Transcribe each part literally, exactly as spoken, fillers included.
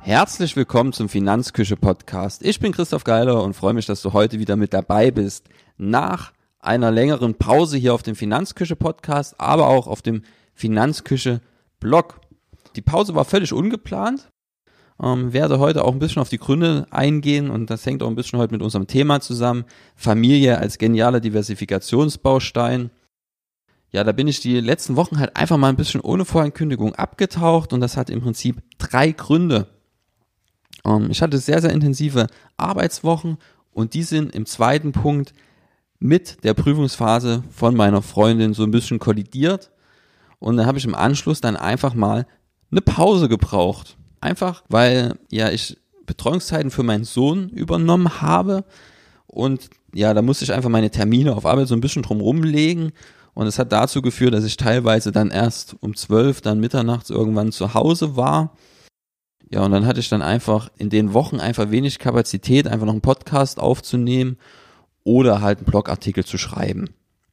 Herzlich willkommen zum Finanzküche-Podcast. Ich bin Christoph Geiler und freue mich, dass du heute wieder mit dabei bist. Nach einer längeren Pause hier auf dem Finanzküche-Podcast, aber auch auf dem Finanzküche-Blog. Die Pause war völlig ungeplant. Ähm, werde heute auch ein bisschen auf die Gründe eingehen und das hängt auch ein bisschen heute mit unserem Thema zusammen. Familie als genialer Diversifikationsbaustein. Ja, da bin ich die letzten Wochen halt einfach mal ein bisschen ohne Vorankündigung abgetaucht und das hat im Prinzip drei Gründe. Ähm, ich hatte sehr, sehr intensive Arbeitswochen und die sind im zweiten Punkt mit der Prüfungsphase von meiner Freundin so ein bisschen kollidiert und dann habe ich im Anschluss dann einfach mal eine Pause gebraucht. Einfach, weil ja ich Betreuungszeiten für meinen Sohn übernommen habe und ja, da musste ich einfach meine Termine auf Arbeit so ein bisschen drumherum legen und es hat dazu geführt, dass ich teilweise dann erst um zwölf, dann mitternachts irgendwann zu Hause war. Ja, und dann hatte ich dann einfach in den Wochen einfach wenig Kapazität, einfach noch einen Podcast aufzunehmen oder halt einen Blogartikel zu schreiben.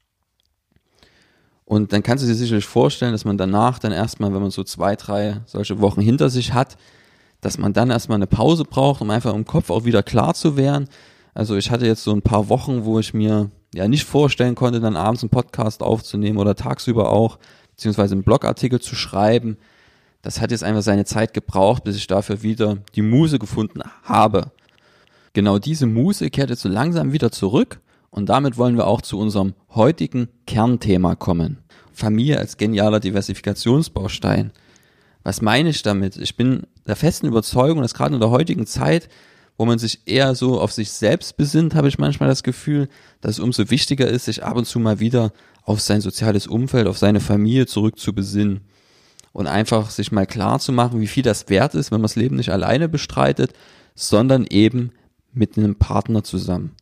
Und dann kannst du dir sicherlich vorstellen, dass man danach dann erstmal, wenn man so zwei, drei solche Wochen hinter sich hat, dass man dann erstmal eine Pause braucht, um einfach im Kopf auch wieder klar zu werden. Also ich hatte jetzt so ein paar Wochen, wo ich mir ja nicht vorstellen konnte, dann abends einen Podcast aufzunehmen oder tagsüber auch, beziehungsweise einen Blogartikel zu schreiben. Das hat jetzt einfach seine Zeit gebraucht, bis ich dafür wieder die Muse gefunden habe. Genau diese Muse kehrt jetzt so langsam wieder zurück und damit wollen wir auch zu unserem heutigen Kernthema kommen. Familie als genialer Diversifikationsbaustein. Was meine ich damit? Ich bin der festen Überzeugung, dass gerade in der heutigen Zeit, wo man sich eher so auf sich selbst besinnt, habe ich manchmal das Gefühl, dass es umso wichtiger ist, sich ab und zu mal wieder auf sein soziales Umfeld, auf seine Familie zurück zu besinnen. Und einfach sich mal klar zu machen, wie viel das wert ist, wenn man das Leben nicht alleine bestreitet, sondern eben mit einem Partner zusammen.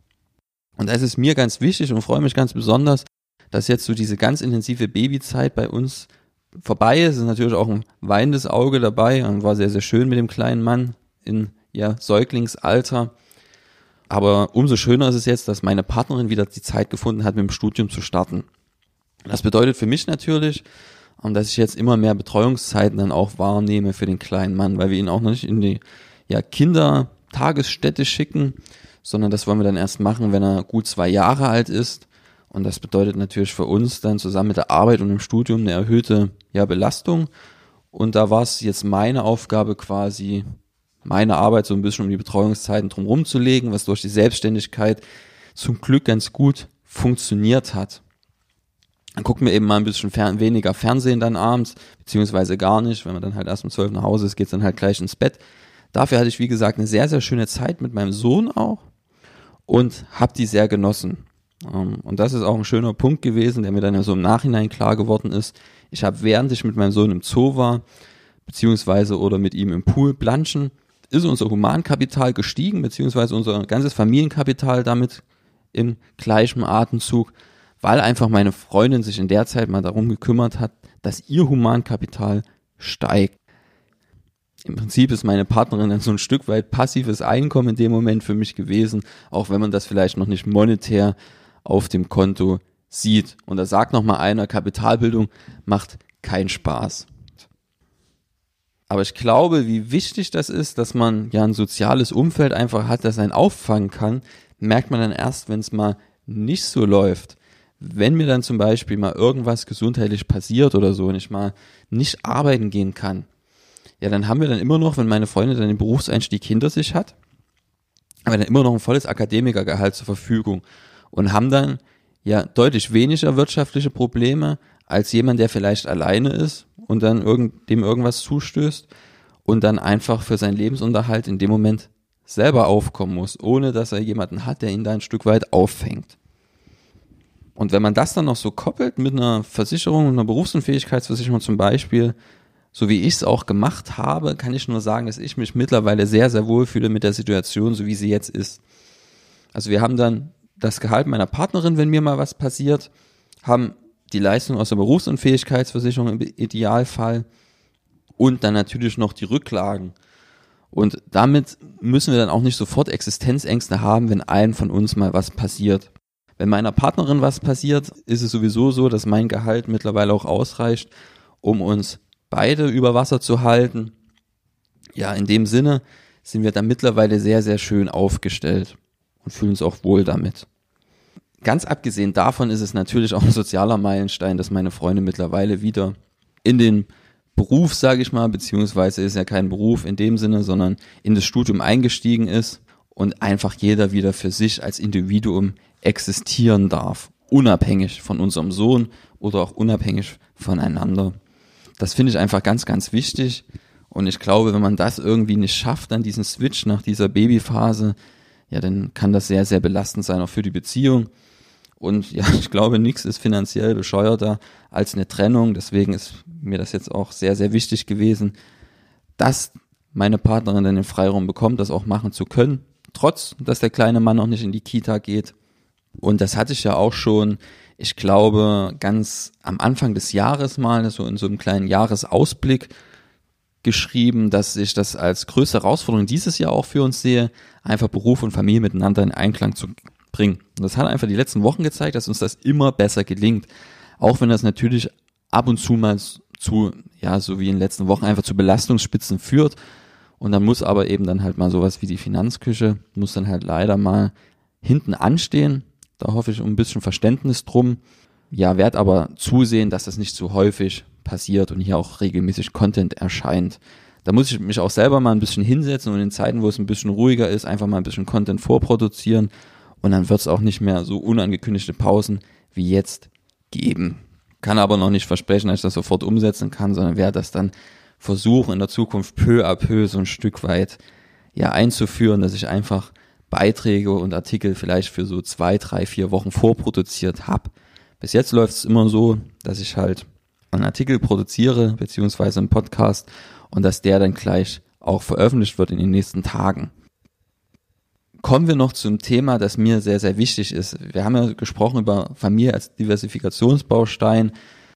Und das ist mir ganz wichtig und freue mich ganz besonders, dass jetzt so diese ganz intensive Babyzeit bei uns vorbei ist. Es ist natürlich auch ein weinendes Auge dabei und war sehr, sehr schön mit dem kleinen Mann in ja, Säuglingsalter. Aber umso schöner ist es jetzt, dass meine Partnerin wieder die Zeit gefunden hat, mit dem Studium zu starten. Das bedeutet für mich natürlich, und dass ich jetzt immer mehr Betreuungszeiten dann auch wahrnehme für den kleinen Mann, weil wir ihn auch noch nicht in die ja, Kindertagesstätte schicken, sondern das wollen wir dann erst machen, wenn er gut zwei Jahre alt ist. Und das bedeutet natürlich für uns dann zusammen mit der Arbeit und dem Studium eine erhöhte ja, Belastung. Und da war es jetzt meine Aufgabe quasi, meine Arbeit so ein bisschen um die Betreuungszeiten drumherum zu legen, was durch die Selbstständigkeit zum Glück ganz gut funktioniert hat. Dann gucken wir eben mal ein bisschen fern, weniger Fernsehen dann abends, beziehungsweise gar nicht. Wenn man dann halt erst um zwölf nach Hause ist, geht's dann halt gleich ins Bett. Dafür hatte ich, wie gesagt, eine sehr, sehr schöne Zeit mit meinem Sohn auch und habe die sehr genossen. Und das ist auch ein schöner Punkt gewesen, der mir dann ja so im Nachhinein klar geworden ist. Ich habe, während ich mit meinem Sohn im Zoo war, beziehungsweise oder mit ihm im Pool planschen, ist unser Humankapital gestiegen, beziehungsweise unser ganzes Familienkapital damit im gleichen Atemzug, weil einfach meine Freundin sich in der Zeit mal darum gekümmert hat, dass ihr Humankapital steigt. Im Prinzip ist meine Partnerin dann so ein Stück weit passives Einkommen in dem Moment für mich gewesen, auch wenn man das vielleicht noch nicht monetär auf dem Konto sieht. Und da sagt nochmal einer, Kapitalbildung macht keinen Spaß. Aber ich glaube, wie wichtig das ist, dass man ja ein soziales Umfeld einfach hat, das einen auffangen kann, merkt man dann erst, wenn es mal nicht so läuft. Wenn mir dann zum Beispiel mal irgendwas gesundheitlich passiert oder so und ich mal nicht arbeiten gehen kann, ja, dann haben wir dann immer noch, wenn meine Freundin dann den Berufseinstieg hinter sich hat, aber dann immer noch ein volles Akademikergehalt zur Verfügung und haben dann ja deutlich weniger wirtschaftliche Probleme als jemand, der vielleicht alleine ist und dann irgend, dem irgendwas zustößt und dann einfach für seinen Lebensunterhalt in dem Moment selber aufkommen muss, ohne dass er jemanden hat, der ihn da ein Stück weit auffängt. Und wenn man das dann noch so koppelt mit einer Versicherung, einer Berufsunfähigkeitsversicherung zum Beispiel, so wie ich es auch gemacht habe, kann ich nur sagen, dass ich mich mittlerweile sehr, sehr wohl fühle mit der Situation, so wie sie jetzt ist. Also wir haben dann das Gehalt meiner Partnerin, wenn mir mal was passiert, haben die Leistung aus der Berufsunfähigkeitsversicherung im Idealfall und dann natürlich noch die Rücklagen. Und damit müssen wir dann auch nicht sofort Existenzängste haben, wenn einem von uns mal was passiert. Wenn meiner Partnerin was passiert, ist es sowieso so, dass mein Gehalt mittlerweile auch ausreicht, um uns beide über Wasser zu halten. Ja, in dem Sinne sind wir da mittlerweile sehr, sehr schön aufgestellt und fühlen uns auch wohl damit. Ganz abgesehen davon ist es natürlich auch ein sozialer Meilenstein, dass meine Freundin mittlerweile wieder in den Beruf, sage ich mal, beziehungsweise ist ja kein Beruf in dem Sinne, sondern in das Studium eingestiegen ist und einfach jeder wieder für sich als Individuum existieren darf, unabhängig von unserem Sohn oder auch unabhängig voneinander. Das finde ich einfach ganz, ganz wichtig und ich glaube, wenn man das irgendwie nicht schafft, dann diesen Switch nach dieser Babyphase, ja, dann kann das sehr, sehr belastend sein, auch für die Beziehung. Und ja, ich glaube, nichts ist finanziell bescheuerter als eine Trennung. Deswegen ist mir das jetzt auch sehr, sehr wichtig gewesen, dass meine Partnerin dann den Freiraum bekommt, das auch machen zu können. Trotz, dass der kleine Mann noch nicht in die Kita geht. Und das hatte ich ja auch schon, ich glaube, ganz am Anfang des Jahres mal, so in so einem kleinen Jahresausblick geschrieben, dass ich das als größte Herausforderung dieses Jahr auch für uns sehe, einfach Beruf und Familie miteinander in Einklang zu bringen. Und das hat einfach die letzten Wochen gezeigt, dass uns das immer besser gelingt. Auch wenn das natürlich ab und zu mal zu, ja, so wie in den letzten Wochen einfach zu Belastungsspitzen führt. Und dann muss aber eben dann halt mal sowas wie die Finanzküche, muss dann halt leider mal hinten anstehen. Da hoffe ich um ein bisschen Verständnis drum. Ja, werde aber zusehen, dass das nicht zu häufig passiert und hier auch regelmäßig Content erscheint. Da muss ich mich auch selber mal ein bisschen hinsetzen und in Zeiten, wo es ein bisschen ruhiger ist, einfach mal ein bisschen Content vorproduzieren. Und dann wird es auch nicht mehr so unangekündigte Pausen wie jetzt geben. Kann aber noch nicht versprechen, dass ich das sofort umsetzen kann, sondern werde das dann versuchen, in der Zukunft peu à peu so ein Stück weit ja einzuführen, dass ich einfach Beiträge und Artikel vielleicht für so zwei, drei, vier Wochen vorproduziert habe. Bis jetzt läuft es immer so, dass ich halt einen Artikel produziere, beziehungsweise einen Podcast und dass der dann gleich auch veröffentlicht wird in den nächsten Tagen. Kommen wir noch zum Thema, das mir sehr, sehr wichtig ist. Wir haben ja gesprochen über Familie als Diversifikationsbaustein.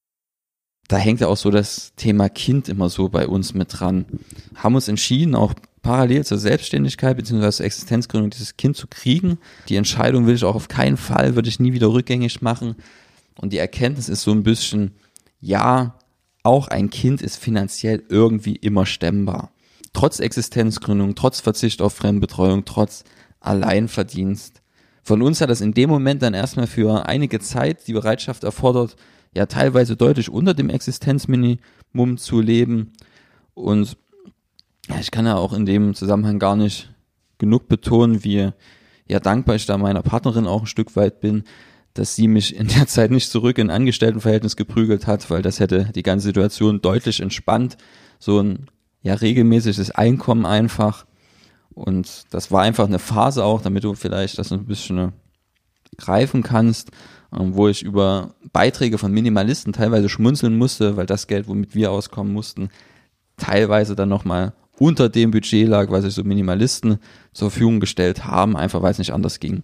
Da hängt ja auch so das Thema Kind immer so bei uns mit dran. Haben uns entschieden, auch parallel zur Selbstständigkeit bzw. zur Existenzgründung dieses Kind zu kriegen. Die Entscheidung will ich auch auf keinen Fall, würde ich nie wieder rückgängig machen. Und die Erkenntnis ist so ein bisschen, ja, auch ein Kind ist finanziell irgendwie immer stemmbar. Trotz Existenzgründung, trotz Verzicht auf Fremdbetreuung, trotz Alleinverdienst. Von uns hat das in dem Moment dann erstmal für einige Zeit die Bereitschaft erfordert, ja teilweise deutlich unter dem Existenzminimum zu leben. Und ja, ich kann ja auch in dem Zusammenhang gar nicht genug betonen, wie ja dankbar ich da meiner Partnerin auch ein Stück weit bin, dass sie mich in der Zeit nicht zurück in Angestelltenverhältnis geprügelt hat, weil das hätte die ganze Situation deutlich entspannt. So ein ja regelmäßiges Einkommen einfach. Und das war einfach eine Phase auch, damit du vielleicht das ein bisschen greifen kannst, wo ich über Beiträge von Minimalisten teilweise schmunzeln musste, weil das Geld, womit wir auskommen mussten, teilweise dann nochmal unter dem Budget lag, was sich so Minimalisten zur Verfügung gestellt haben, einfach weil es nicht anders ging.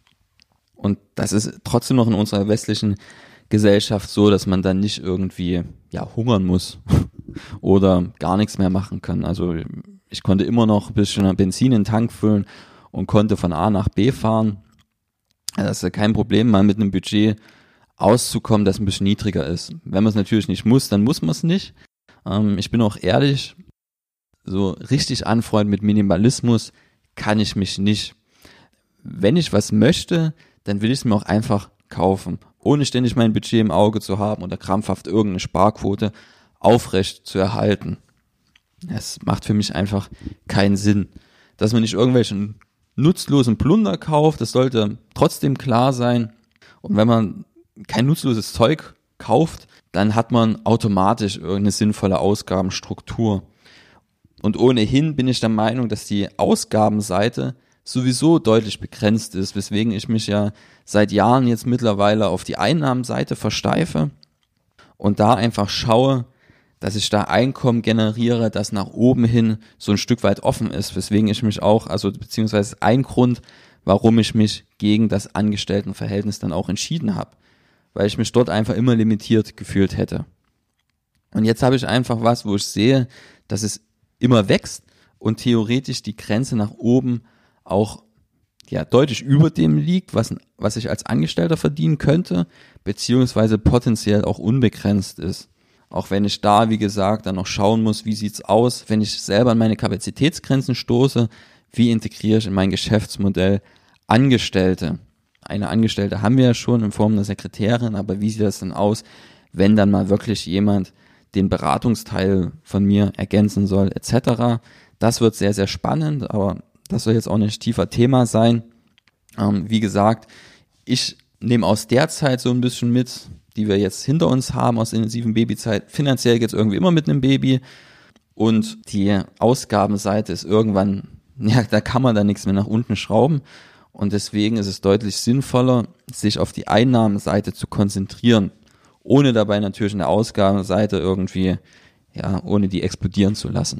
Und das ist trotzdem noch in unserer westlichen Gesellschaft so, dass man dann nicht irgendwie ja hungern muss oder gar nichts mehr machen kann. Also ich konnte immer noch ein bisschen Benzin in den Tank füllen und konnte von A nach B fahren. Das ist ja kein Problem, mal mit einem Budget auszukommen, das ein bisschen niedriger ist. Wenn man es natürlich nicht muss, dann muss man es nicht. Ähm, ich bin auch ehrlich, so richtig anfreunden mit Minimalismus kann ich mich nicht. Wenn ich was möchte, dann will ich es mir auch einfach kaufen, ohne ständig mein Budget im Auge zu haben oder krampfhaft irgendeine Sparquote aufrecht zu erhalten. Es macht für mich einfach keinen Sinn. Dass man nicht irgendwelchen nutzlosen Plunder kauft, das sollte trotzdem klar sein. Und wenn man kein nutzloses Zeug kauft, dann hat man automatisch irgendeine sinnvolle Ausgabenstruktur. Und ohnehin bin ich der Meinung, dass die Ausgabenseite sowieso deutlich begrenzt ist, weswegen ich mich ja seit Jahren jetzt mittlerweile auf die Einnahmenseite versteife und da einfach schaue, dass ich da Einkommen generiere, das nach oben hin so ein Stück weit offen ist, weswegen ich mich auch, also beziehungsweise ein Grund, warum ich mich gegen das Angestelltenverhältnis dann auch entschieden habe, weil ich mich dort einfach immer limitiert gefühlt hätte. Und jetzt habe ich einfach was, wo ich sehe, dass es immer wächst und theoretisch die Grenze nach oben auch ja deutlich über dem liegt, was, was ich als Angestellter verdienen könnte, beziehungsweise potenziell auch unbegrenzt ist. Auch wenn ich da, wie gesagt, dann noch schauen muss, wie sieht's aus, wenn ich selber an meine Kapazitätsgrenzen stoße, wie integriere ich in mein Geschäftsmodell Angestellte. Eine Angestellte haben wir ja schon in Form einer Sekretärin, aber wie sieht das denn aus, wenn dann mal wirklich jemand den Beratungsteil von mir ergänzen soll, et cetera. Das wird sehr, sehr spannend, aber das soll jetzt auch nicht tiefer Thema sein. Ähm, wie gesagt, ich nehme aus der Zeit so ein bisschen mit, die wir jetzt hinter uns haben, aus der intensiven Babyzeit. Finanziell geht es irgendwie immer mit einem Baby und die Ausgabenseite ist irgendwann, ja, da kann man dann nichts mehr nach unten schrauben und deswegen ist es deutlich sinnvoller, sich auf die Einnahmenseite zu konzentrieren, ohne dabei natürlich eine Ausgabenseite irgendwie, ja, ohne die explodieren zu lassen.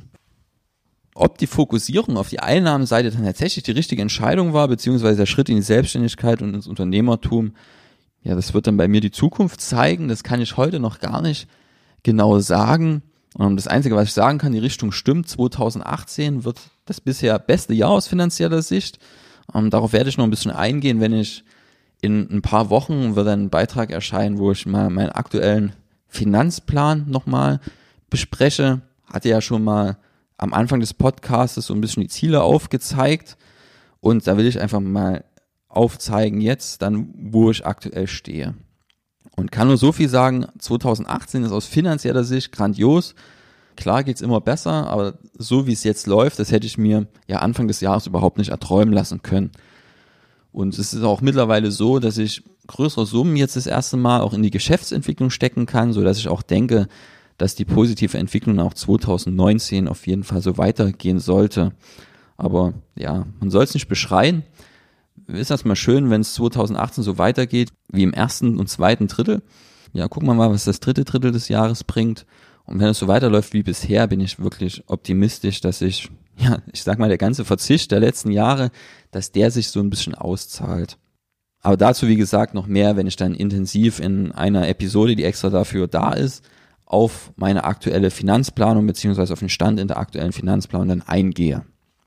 Ob die Fokussierung auf die Einnahmenseite dann tatsächlich die richtige Entscheidung war, beziehungsweise der Schritt in die Selbstständigkeit und ins Unternehmertum, ja, das wird dann bei mir die Zukunft zeigen. Das kann ich heute noch gar nicht genau sagen. Das Einzige, was ich sagen kann, die Richtung stimmt. zwanzig achtzehn wird das bisher beste Jahr aus finanzieller Sicht. Darauf werde ich noch ein bisschen eingehen, wenn ich in ein paar Wochen wird ein Beitrag erscheinen, wo ich mal meinen aktuellen Finanzplan nochmal bespreche. Hatte ja schon mal am Anfang des Podcasts so ein bisschen die Ziele aufgezeigt und da will ich einfach mal aufzeigen jetzt dann, wo ich aktuell stehe. Und kann nur so viel sagen, zwanzig achtzehn ist aus finanzieller Sicht grandios. Klar geht's immer besser, aber so wie es jetzt läuft, das hätte ich mir ja Anfang des Jahres überhaupt nicht erträumen lassen können. Und es ist auch mittlerweile so, dass ich größere Summen jetzt das erste Mal auch in die Geschäftsentwicklung stecken kann, so dass ich auch denke, dass die positive Entwicklung auch zwanzig neunzehn auf jeden Fall so weitergehen sollte. Aber ja, man soll es nicht beschreien. Ist das mal schön, wenn es zwanzig achtzehn so weitergeht wie im ersten und zweiten Drittel. Ja, gucken wir mal, was das dritte Drittel des Jahres bringt. Und wenn es so weiterläuft wie bisher, bin ich wirklich optimistisch, dass ich, ja, ich sag mal, der ganze Verzicht der letzten Jahre, dass der sich so ein bisschen auszahlt. Aber dazu, wie gesagt, noch mehr, wenn ich dann intensiv in einer Episode, die extra dafür da ist, auf meine aktuelle Finanzplanung beziehungsweise auf den Stand in der aktuellen Finanzplanung dann eingehe.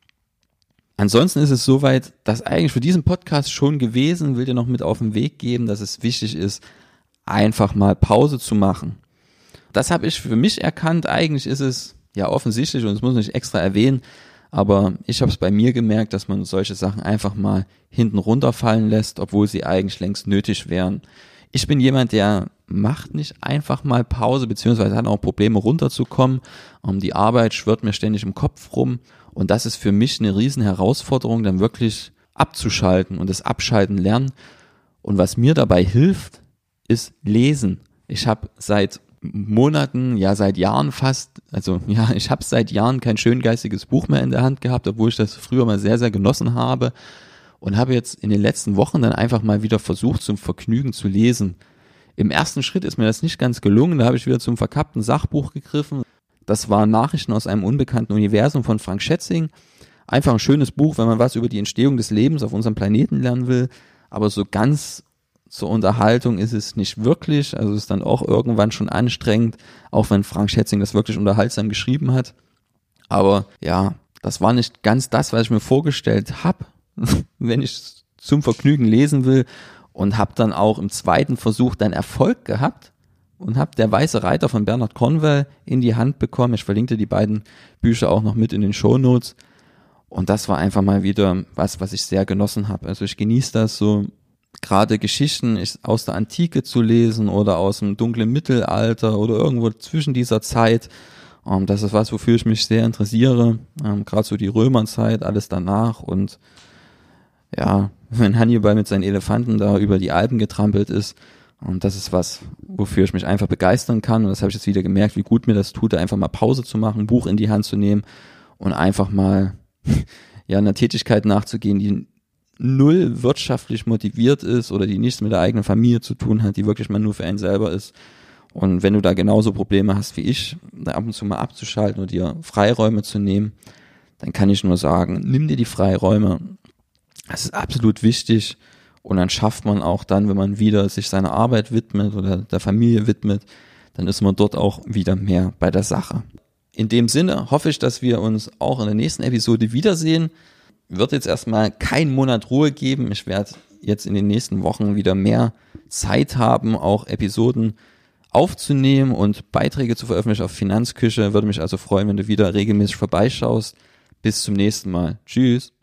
Ansonsten ist es soweit, dass eigentlich für diesen Podcast schon gewesen, will dir noch mit auf den Weg geben, dass es wichtig ist, einfach mal Pause zu machen. Das habe ich für mich erkannt, eigentlich ist es ja offensichtlich und es muss nicht extra erwähnen, aber ich habe es bei mir gemerkt, dass man solche Sachen einfach mal hinten runterfallen lässt, obwohl sie eigentlich längst nötig wären. Ich bin jemand, der macht nicht einfach mal Pause, beziehungsweise hat auch Probleme runterzukommen. Um, die Arbeit schwirrt mir ständig im Kopf rum und das ist für mich eine riesen Herausforderung, dann wirklich abzuschalten und das Abschalten lernen. Und was mir dabei hilft, ist Lesen. Ich habe seit Monaten, ja seit Jahren fast, also ja, ich habe seit Jahren kein schöngeistiges Buch mehr in der Hand gehabt, obwohl ich das früher mal sehr, sehr genossen habe und habe jetzt in den letzten Wochen dann einfach mal wieder versucht, zum Vergnügen zu lesen. Im ersten Schritt ist mir das nicht ganz gelungen, da habe ich wieder zum verkappten Sachbuch gegriffen. Das war Nachrichten aus einem unbekannten Universum von Frank Schätzing. Einfach ein schönes Buch, wenn man was über die Entstehung des Lebens auf unserem Planeten lernen will, aber so ganz zur Unterhaltung ist es nicht wirklich, also ist dann auch irgendwann schon anstrengend, auch wenn Frank Schätzing das wirklich unterhaltsam geschrieben hat. Aber ja, das war nicht ganz das, was ich mir vorgestellt habe, wenn ich zum Vergnügen lesen will, und habe dann auch im zweiten Versuch dann Erfolg gehabt und habe Der Weiße Reiter von Bernard Cornwell in die Hand bekommen. Ich verlinkte die beiden Bücher auch noch mit in den Shownotes und das war einfach mal wieder was, was ich sehr genossen habe. Also ich genieße das so, gerade Geschichten aus der Antike zu lesen oder aus dem dunklen Mittelalter oder irgendwo zwischen dieser Zeit. Um, das ist was, wofür ich mich sehr interessiere. Um, gerade so die Römerzeit, alles danach. Und ja, wenn Hannibal mit seinen Elefanten da über die Alpen getrampelt ist, um, das ist was, wofür ich mich einfach begeistern kann. Und das habe ich jetzt wieder gemerkt, wie gut mir das tut, einfach mal Pause zu machen, ein Buch in die Hand zu nehmen und einfach mal ja einer Tätigkeit nachzugehen, die null wirtschaftlich motiviert ist oder die nichts mit der eigenen Familie zu tun hat, die wirklich mal nur für einen selber ist. Und wenn du da genauso Probleme hast wie ich, da ab und zu mal abzuschalten oder dir Freiräume zu nehmen, dann kann ich nur sagen, nimm dir die Freiräume. Das ist absolut wichtig und dann schafft man auch dann, wenn man wieder sich seiner Arbeit widmet oder der Familie widmet, dann ist man dort auch wieder mehr bei der Sache. In dem Sinne hoffe ich, dass wir uns auch in der nächsten Episode wiedersehen. Wird jetzt erstmal keinen Monat Ruhe geben. Ich werde jetzt in den nächsten Wochen wieder mehr Zeit haben, auch Episoden aufzunehmen und Beiträge zu veröffentlichen auf Finanzküche. Würde mich also freuen, wenn du wieder regelmäßig vorbeischaust. Bis zum nächsten Mal. Tschüss.